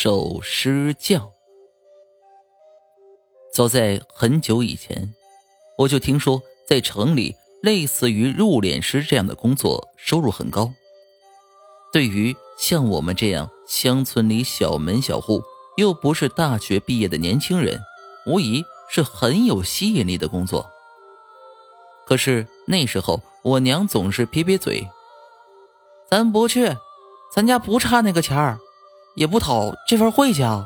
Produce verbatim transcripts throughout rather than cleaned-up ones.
手尸匠。早在很久以前，我就听说在城里类似于入殓师这样的工作收入很高，对于像我们这样乡村里小门小户又不是大学毕业的年轻人，无疑是很有吸引力的工作。可是那时候我娘总是撇撇嘴，咱不去，咱家不差那个钱儿，也不讨这份晦气啊。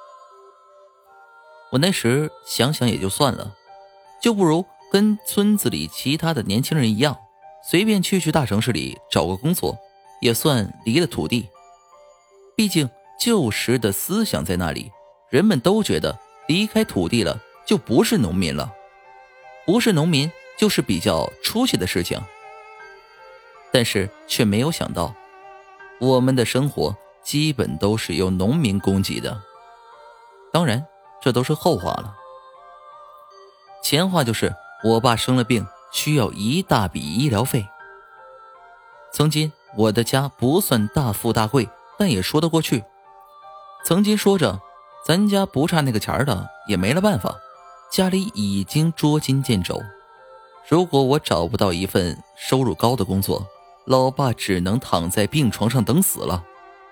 我那时想想也就算了，就不如跟村子里其他的年轻人一样，随便去去大城市里找个工作，也算离了土地。毕竟旧时的思想在那里，人们都觉得离开土地了就不是农民了，不是农民就是比较出息的事情。但是却没有想到，我们的生活基本都是由农民供给的。当然这都是后话了。前话就是我爸生了病，需要一大笔医疗费。曾经我的家不算大富大贵，但也说得过去。曾经说着咱家不差那个钱的，也没了办法，家里已经捉襟见肘。如果我找不到一份收入高的工作，老爸只能躺在病床上等死了。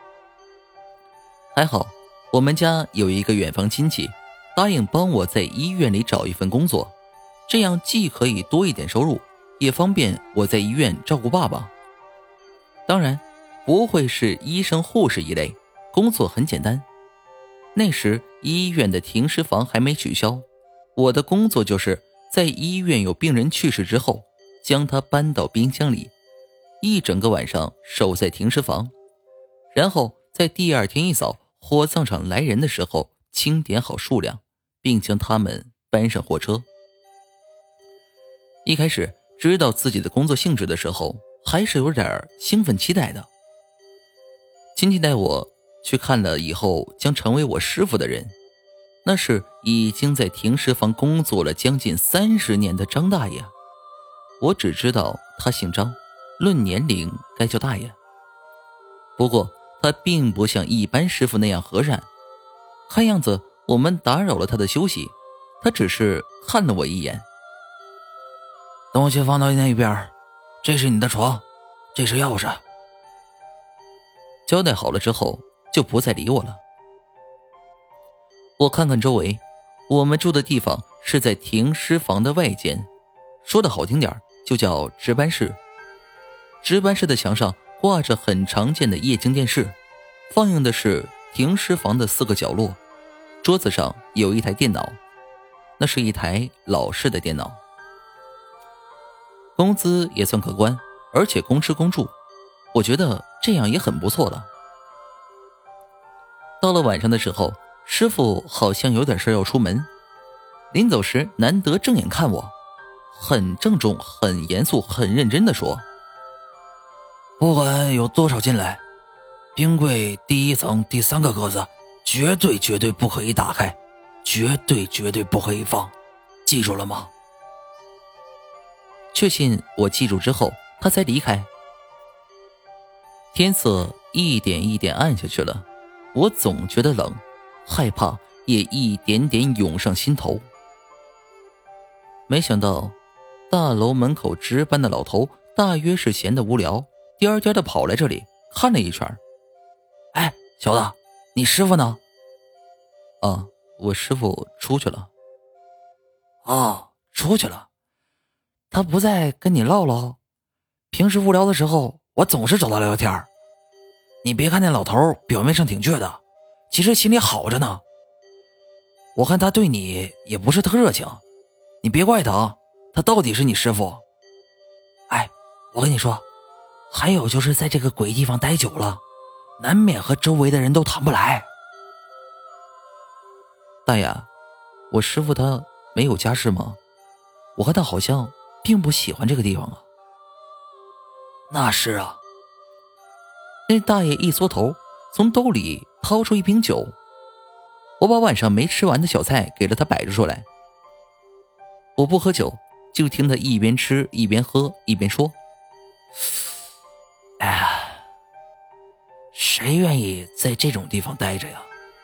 还好我们家有一个远房亲戚答应帮我在医院里找一份工作，这样既可以多一点收入，也方便我在医院照顾爸爸。当然不会是医生护士一类，工作很简单。那时医院的停尸房还没取消，我的工作就是在医院有病人去世之后，将他搬到冰箱里，一整个晚上守在停尸房，然后在第二天一早火葬场来人的时候清点好数量，并将他们搬上货车。一开始知道自己的工作性质的时候，还是有点兴奋期待的。亲戚带我去看了以后将成为我师傅的人，那是已经在停尸房工作了将近三十年的张大爷。我只知道他姓张，论年龄该叫大爷。不过他并不像一般师傅那样和善，看样子我们打扰了他的休息，他只是看了我一眼。东西放到那边，这是你的床，这是钥匙。交代好了之后就不再理我了。我看看周围，我们住的地方是在停尸房的外间，说的好听点就叫值班室。值班室的墙上挂着很常见的液晶电视，放映的是停尸房的四个角落，桌子上有一台电脑，那是一台老式的电脑。工资也算可观，而且公吃公住，我觉得这样也很不错了。到了晚上的时候，师傅好像有点事要出门，临走时难得正眼看我，很郑重很严肃很认真地说，不管有多少进来，冰柜第一层第三个格子绝对绝对不可以打开，绝对绝对不可以放，记住了吗？确信我记住之后，他才离开。天色一点一点暗下去了，我总觉得冷，害怕也一点点涌上心头。没想到大楼门口值班的老头大约是闲得无聊，颠颠的跑来这里看了一圈。哎，小子，你师傅呢？啊，我师傅出去了。哦，出去了。他不在跟你唠唠？平时无聊的时候我总是找他聊聊天。你别看那老头表面上挺倔的，其实心里好着呢。我看他对你也不是特热情，你别怪他，他到底是你师傅。哎，我跟你说，还有就是在这个鬼地方待久了，难免和周围的人都谈不来。大爷，我师傅他没有家室吗？我看他好像并不喜欢这个地方啊。那是啊。那大爷一缩头，从兜里掏出一瓶酒，我把晚上没吃完的小菜给了他摆着出来。我不喝酒，就听他一边吃一边喝一边说，哎呀，谁愿意在这种地方待着呀？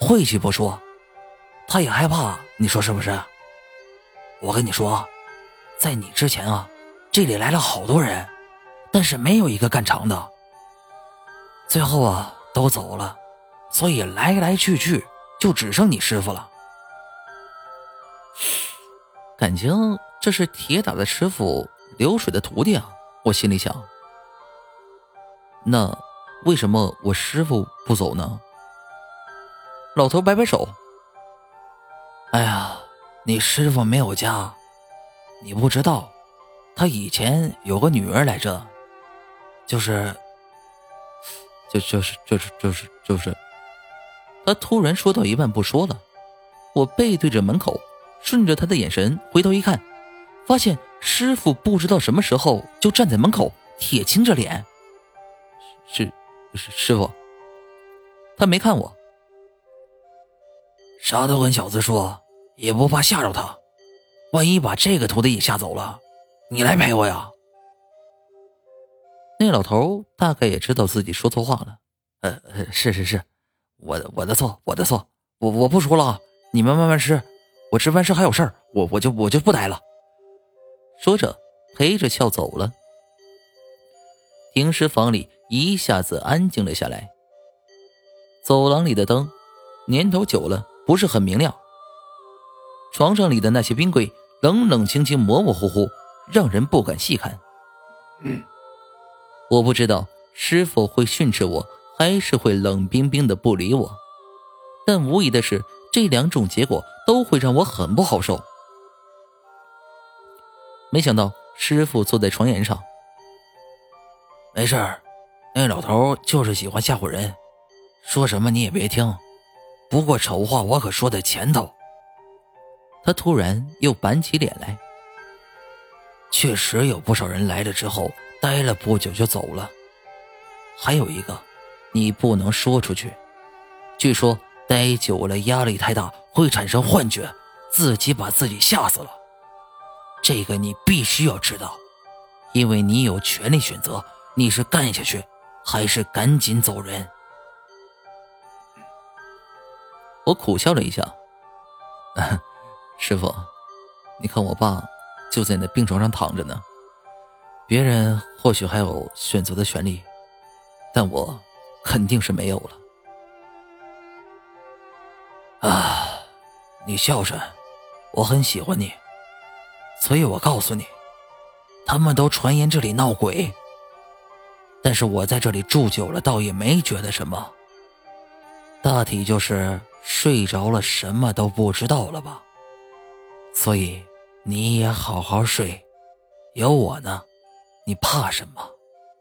晦气不说，他也害怕，你说是不是？我跟你说，在你之前啊，这里来了好多人，但是没有一个干成的。最后啊，都走了，所以来来去去就只剩你师傅了。 感情这是铁打的师傅，流水的徒弟啊！我心里想。那为什么我师傅不走呢？老头摆摆手。 哎呀，你师傅没有家，你不知道，他以前有个女儿来着，就是， 就就是就是就是就是，他突然说到一半不说了。我背对着门口，顺着他的眼神回头一看，发现师傅不知道什么时候就站在门口，铁青着脸。是是师傅。他没看我。 啥都跟小子说，也不怕吓着他，万一把这个徒弟也吓走了，你来陪我呀。 那老头大概也知道自己说错话了。 呃是是是，我的我的错我的错，我我不说了，你们慢慢吃，我吃饭时还有事儿，我我就我就不待了。 说着陪着笑走了。停尸房里一下子安静了下来。走廊里的灯年头久了不是很明亮，床上里的那些冰柜冷冷清清模模糊糊，让人不敢细看。 嗯， 我不知道是否会训斥我，还是会冷冰冰的不理我，但无疑的是这两种结果都会让我很不好受。没想到师傅坐在床沿上。 没事儿，那老头就是喜欢吓唬人，说什么你也别听，不过丑话我可说在前头。 他突然又板起脸来。 确实有不少人来了之后待了不久就走了，还有一个你不能说出去，据说待久了压力太大会产生幻觉，自己把自己吓死了。这个你必须要知道，因为你有权利选择你是干下去还是赶紧走人。 我苦笑了一下。师傅，你看我爸就在那病床上躺着呢，别人或许还有选择的权利，但我肯定是没有了。 啊，你孝顺，我很喜欢你，所以我告诉你，他们都传言这里闹鬼，但是我在这里住久了倒也没觉得什么，大体就是睡着了什么都不知道了吧。所以你也好好睡，有我呢，你怕什么？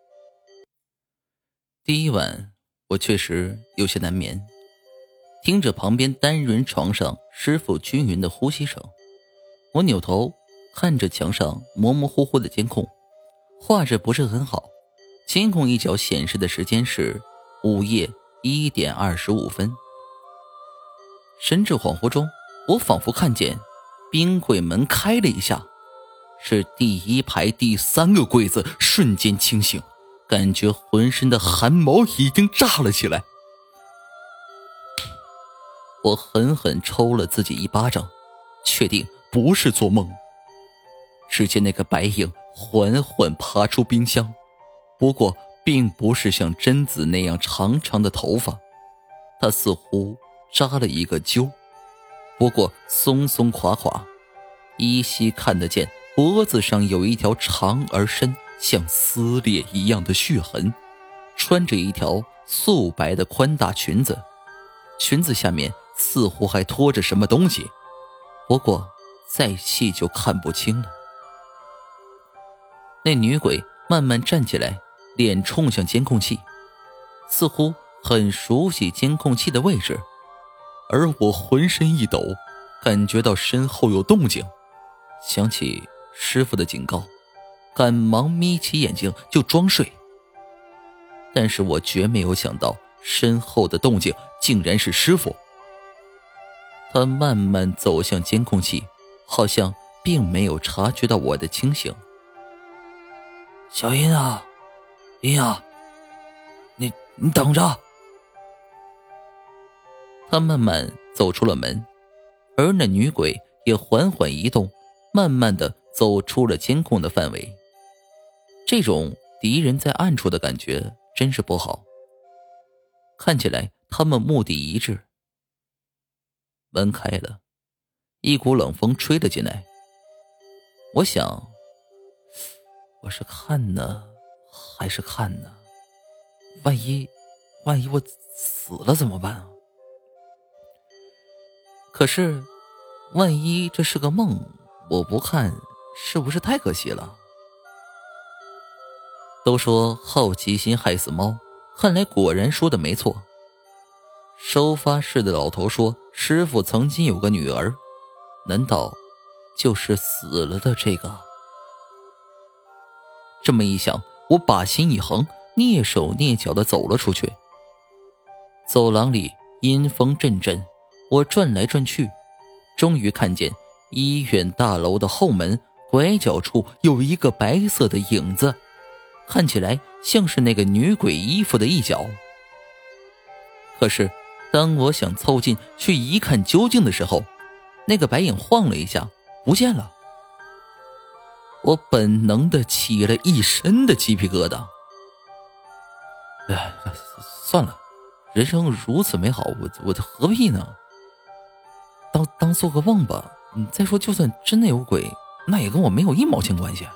第一晚我确实有些难眠，听着旁边单人床上师傅均匀的呼吸声，我扭头看着墙上模模糊糊的监控，画质不是很好，监控一角显示的时间是午夜一点二十五分。神志恍惚中，我仿佛看见冰柜门开了一下，是第一排第三个柜子瞬间清醒，感觉浑身的汗毛已经炸了起来。我狠狠抽了自己一巴掌，确定不是做梦。只见那个白影缓缓爬出冰箱，不过并不是像贞子那样长长的头发，它似乎扎了一个揪，不过松松垮垮，依稀看得见脖子上有一条长而深像撕裂一样的血痕，穿着一条素白的宽大裙子，裙子下面似乎还拖着什么东西，不过再细就看不清了。那女鬼慢慢站起来，脸冲向监控器，似乎很熟悉监控器的位置，而我浑身一抖，感觉到身后有动静，想起师傅的警告，赶忙眯起眼睛就装睡。但是我绝没有想到身后的动静竟然是师傅。他慢慢走向监控器，好像并没有察觉到我的清醒。 小英啊，英啊，你你等着。 他慢慢走出了门，而那女鬼也缓缓移动，慢慢的走出了监控的范围。这种敌人在暗处的感觉真是不好。看起来他们目的一致。门开了，一股冷风吹了进来。我想，我是看呢还是看呢？万一万一我死了怎么办啊？可是万一这是个梦，我不看是不是太可惜了？都说好奇心害死猫，看来果然说的没错。收发室的老头说，师傅曾经有个女儿，难道就是死了的这个？这么一想，我把心一横，蹑手蹑脚地走了出去。走廊里阴风阵阵，我转来转去，终于看见医院大楼的后门拐角处有一个白色的影子，看起来像是那个女鬼衣服的一角。可是当我想凑近去一看究竟的时候，那个白影晃了一下不见了。我本能的起了一身的鸡皮疙瘩。哎，算了，人生如此美好，我我何必呢？当当做个梦吧。再说就算真的有鬼，那也跟我没有一毛钱关系。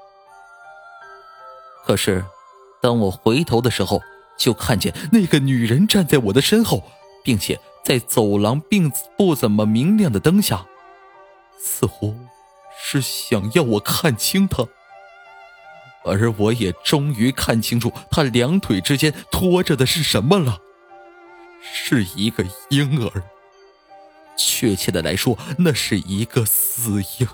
可是当我回头的时候，就看见那个女人站在我的身后，并且在走廊并不怎么明亮的灯下，似乎是想要我看清她。而我也终于看清楚她两腿之间拖着的是什么了，是一个婴儿。确切的来说，那是一个死婴。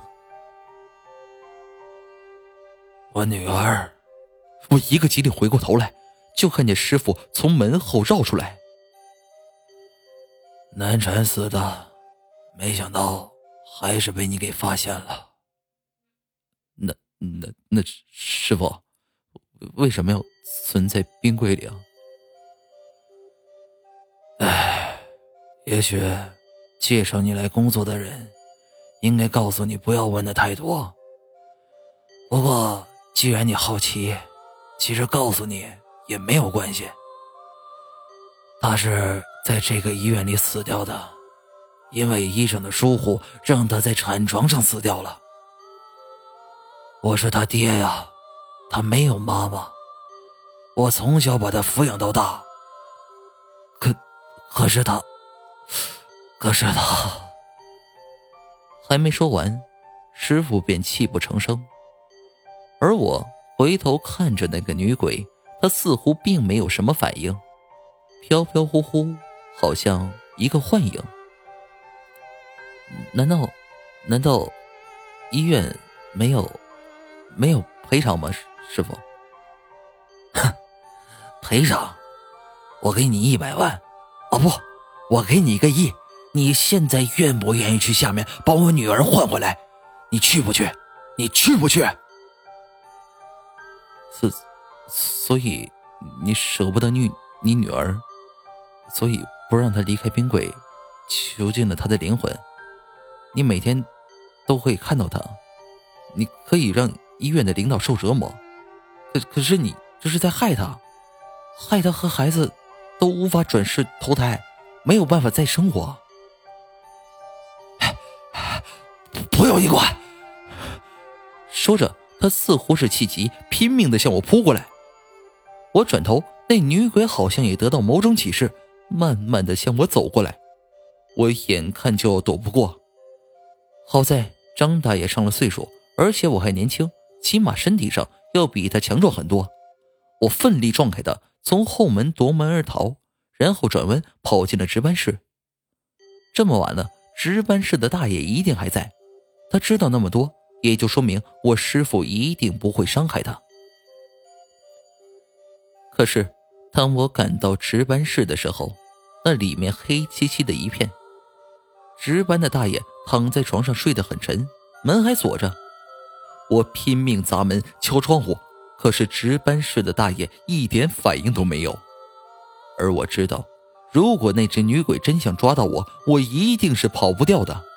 我女儿。我一个急里回过头来，就看见师傅从门后绕出来。难产死的，没想到还是被你给发现了。那那那师傅，为什么要存在冰柜里啊？唉，也许介绍你来工作的人应该告诉你不要问的太多。不过既然你好奇，其实告诉你也没有关系。他是在这个医院里死掉的，因为医生的疏忽让他在产床上死掉了。我是他爹呀，他没有妈妈，我从小把他抚养到大。可可是他可是他还没说完，师傅便泣不成声。而我回头看着那个女鬼，她似乎并没有什么反应，飘飘忽忽，好像一个幻影。难道难道医院没有没有赔偿吗？师傅？哼，赔偿？我给你一百万，哦不，我给你一个亿。你现在愿不愿意去下面把我女儿换回来？你去不去？你去不去？所所以你舍不得你你女儿，所以不让她离开冰柜，囚禁了她的灵魂。你每天都可以看到她，你可以让医院的领导受折磨，可可是你这是在害她，害她和孩子都无法转世投胎，没有办法再生活。不用你管！说着，他似乎是气急，拼命地向我扑过来。我转头，那女鬼好像也得到某种启示，慢慢地向我走过来。我眼看就要躲不过，好在张大爷上了岁数，而且我还年轻，起码身体上要比他强壮很多。我奋力撞开他，从后门夺门而逃，然后转弯跑进了值班室。这么晚了，值班室的大爷一定还在，他知道那么多，也就说明我师父一定不会伤害他。可是当我赶到值班室的时候，那里面黑漆漆的一片，值班的大爷躺在床上睡得很沉，门还锁着。我拼命砸门敲窗户，可是值班室的大爷一点反应都没有。而我知道如果那只女鬼真想抓到我，我一定是跑不掉的。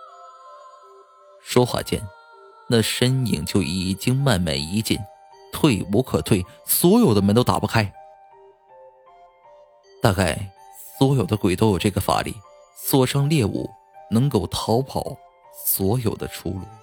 说话间，那身影就已经慢慢移近，退无可退，所有的门都打不开。大概所有的鬼都有这个法力，锁上猎物，能够逃跑所有的出路。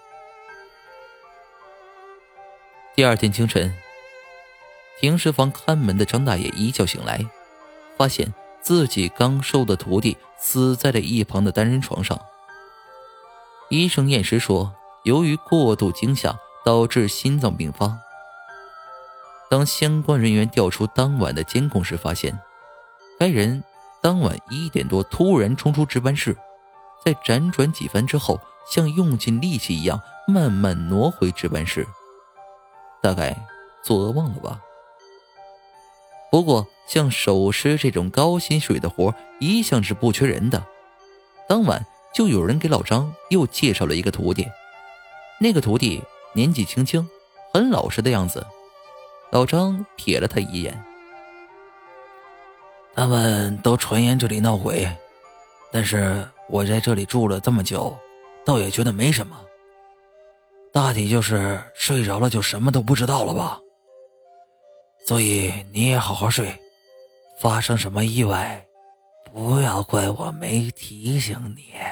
第二天清晨，停尸房看门的张大爷一觉醒来，发现自己刚收的徒弟死在了一旁的单人床上。医生验尸说，由于过度惊吓导致心脏病发。当相关人员调出当晚的监控时，发现该人当晚一点多突然冲出值班室，在辗转几番之后，像用尽力气一样慢慢挪回值班室，大概做噩梦了吧。不过像守尸这种高薪水的活一向是不缺人的，当晚就有人给老张又介绍了一个徒弟。那个徒弟年纪轻轻，很老实的样子。老张瞥了他一眼， 他们都传言这里闹鬼，但是我在这里住了这么久，倒也觉得没什么。大体就是睡着了就什么都不知道了吧。所以你也好好睡，发生什么意外，不要怪我没提醒你。